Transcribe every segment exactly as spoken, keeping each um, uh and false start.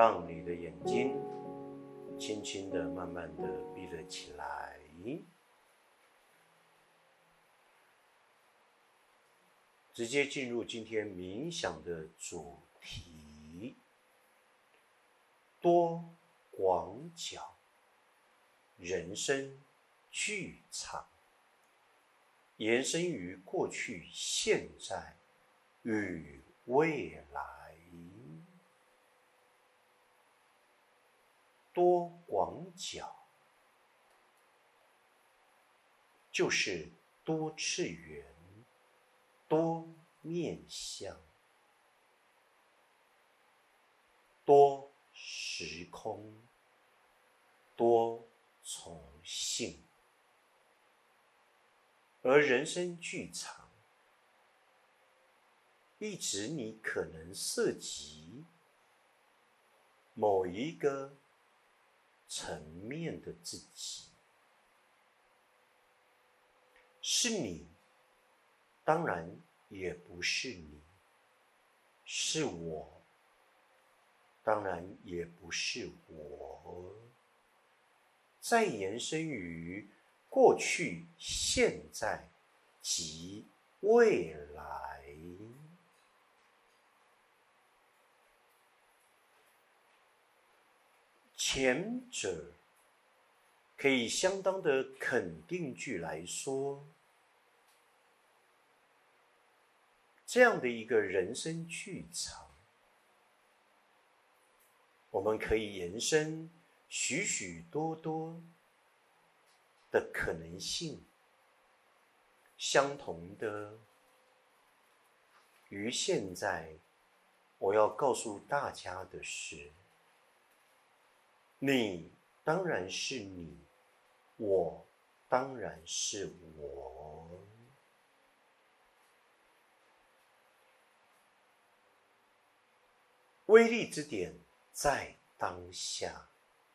让你的眼睛轻轻的、慢慢的闭了起来。直接进入今天冥想的主题：多广角，人生剧场，延伸于过去、现在与未来。多广角就是多次元、多面向、多时空、多重性。而人生剧场，意指你可能涉及某一个层面的自己，是你，当然也不是你；是我，当然也不是我。再延伸于过去、现在及未来。前者可以相当的肯定句来说，这样的一个人生剧场，我们可以延伸许许多多的可能性。相同的，于现在我要告诉大家的是，你当然是你，我当然是我。威力之点在当下，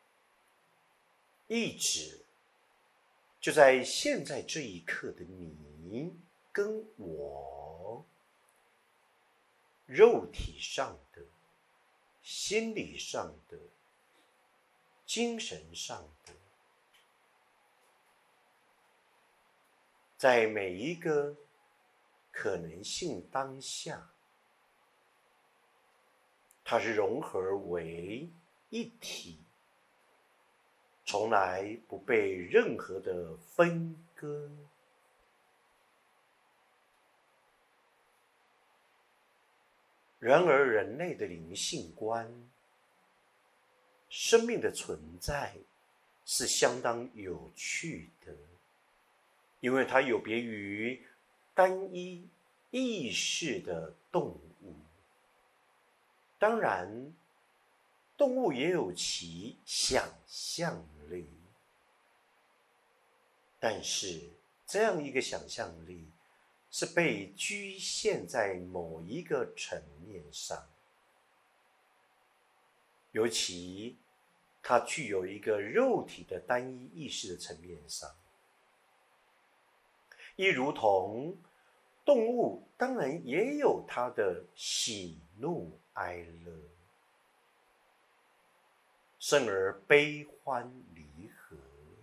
意指就在现在这一刻的你跟我，肉体上的、心理上的、精神上的，在每一个可能性当下，它是融合为一体，从来不被任何的分割。然而人类的灵性观，生命的存在是相当有趣的，因为它有别于单一意识的动物。当然，动物也有其想象力，但是这样一个想象力是被局限在某一个层面上，尤其它具有一个肉体的单一意识的层面上。亦如同动物当然也有它的喜怒哀乐，生而悲欢离合。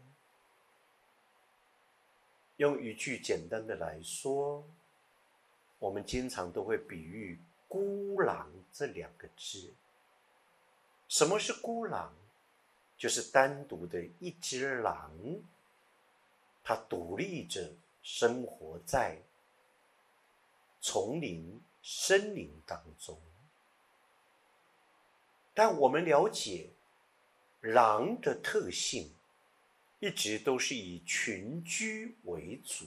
用一句简单的来说，我们经常都会比喻孤狼这两个字。什么是孤狼？就是单独的一只狼，它独立着生活在丛林、森林当中。但我们了解，狼的特性一直都是以群居为主，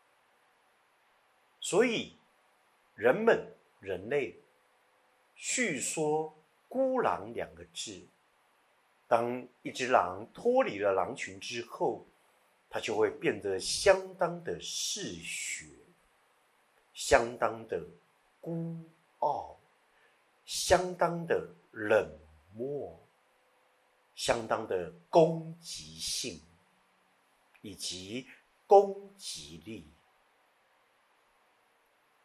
所以人们人类叙说孤狼两个字，当一只狼脱离了狼群之后，它就会变得相当的嗜血，相当的孤傲，相当的冷漠，相当的攻击性以及攻击力。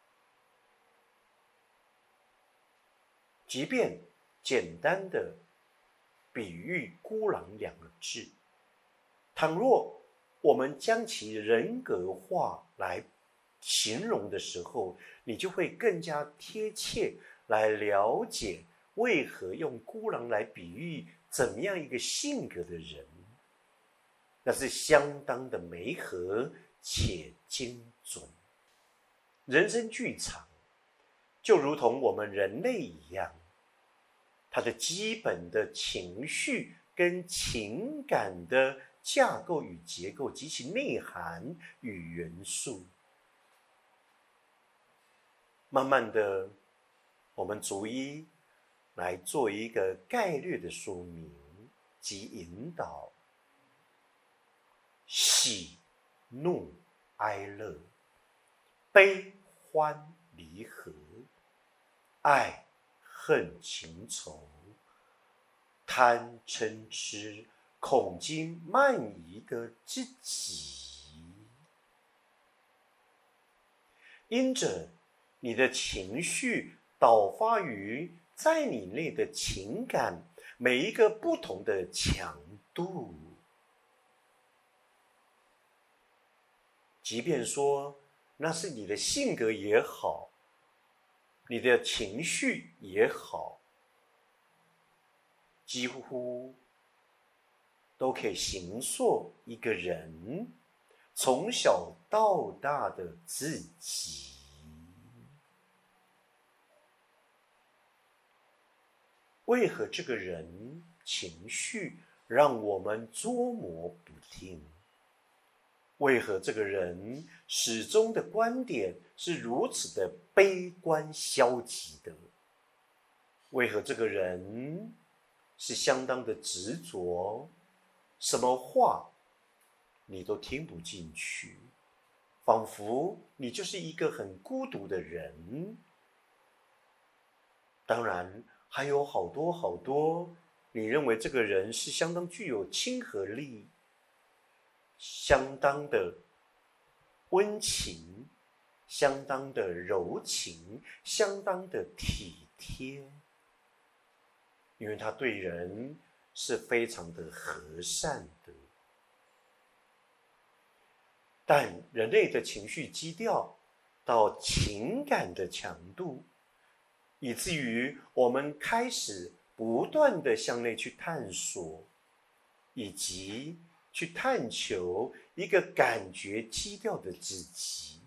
即便简单的比喻孤狼两个字。倘若我们将其人格化来形容的时候，你就会更加贴切来了解为何用孤狼来比喻怎么样一个性格的人。那是相当的媒合且精准。人生剧场就如同我们人类一样，它的基本的情绪跟情感的架构与结构及其内涵与元素，慢慢的我们逐一来做一个概略的说明及引导。喜怒哀乐，悲欢离合，爱恨情仇，贪嗔痴恐惊慢疑的之极。因着你的情绪导发于在你内的情感每一个不同的强度，即便说那是你的性格也好，你的情绪也好，几乎都可以形塑一个人从小到大的自己。为何这个人情绪让我们捉摸不定？为何这个人始终的观点是如此的悲观消极的？为何这个人是相当的执着，什么话你都听不进去，仿佛你就是一个很孤独的人？当然还有好多好多你认为这个人是相当具有亲和力，相当的温情，相当的柔情，相当的体贴，因为他对人是非常的和善的。但人类的情绪基调到情感的强度，以至于我们开始不断的向内去探索，以及去探求一个感觉基调的自己。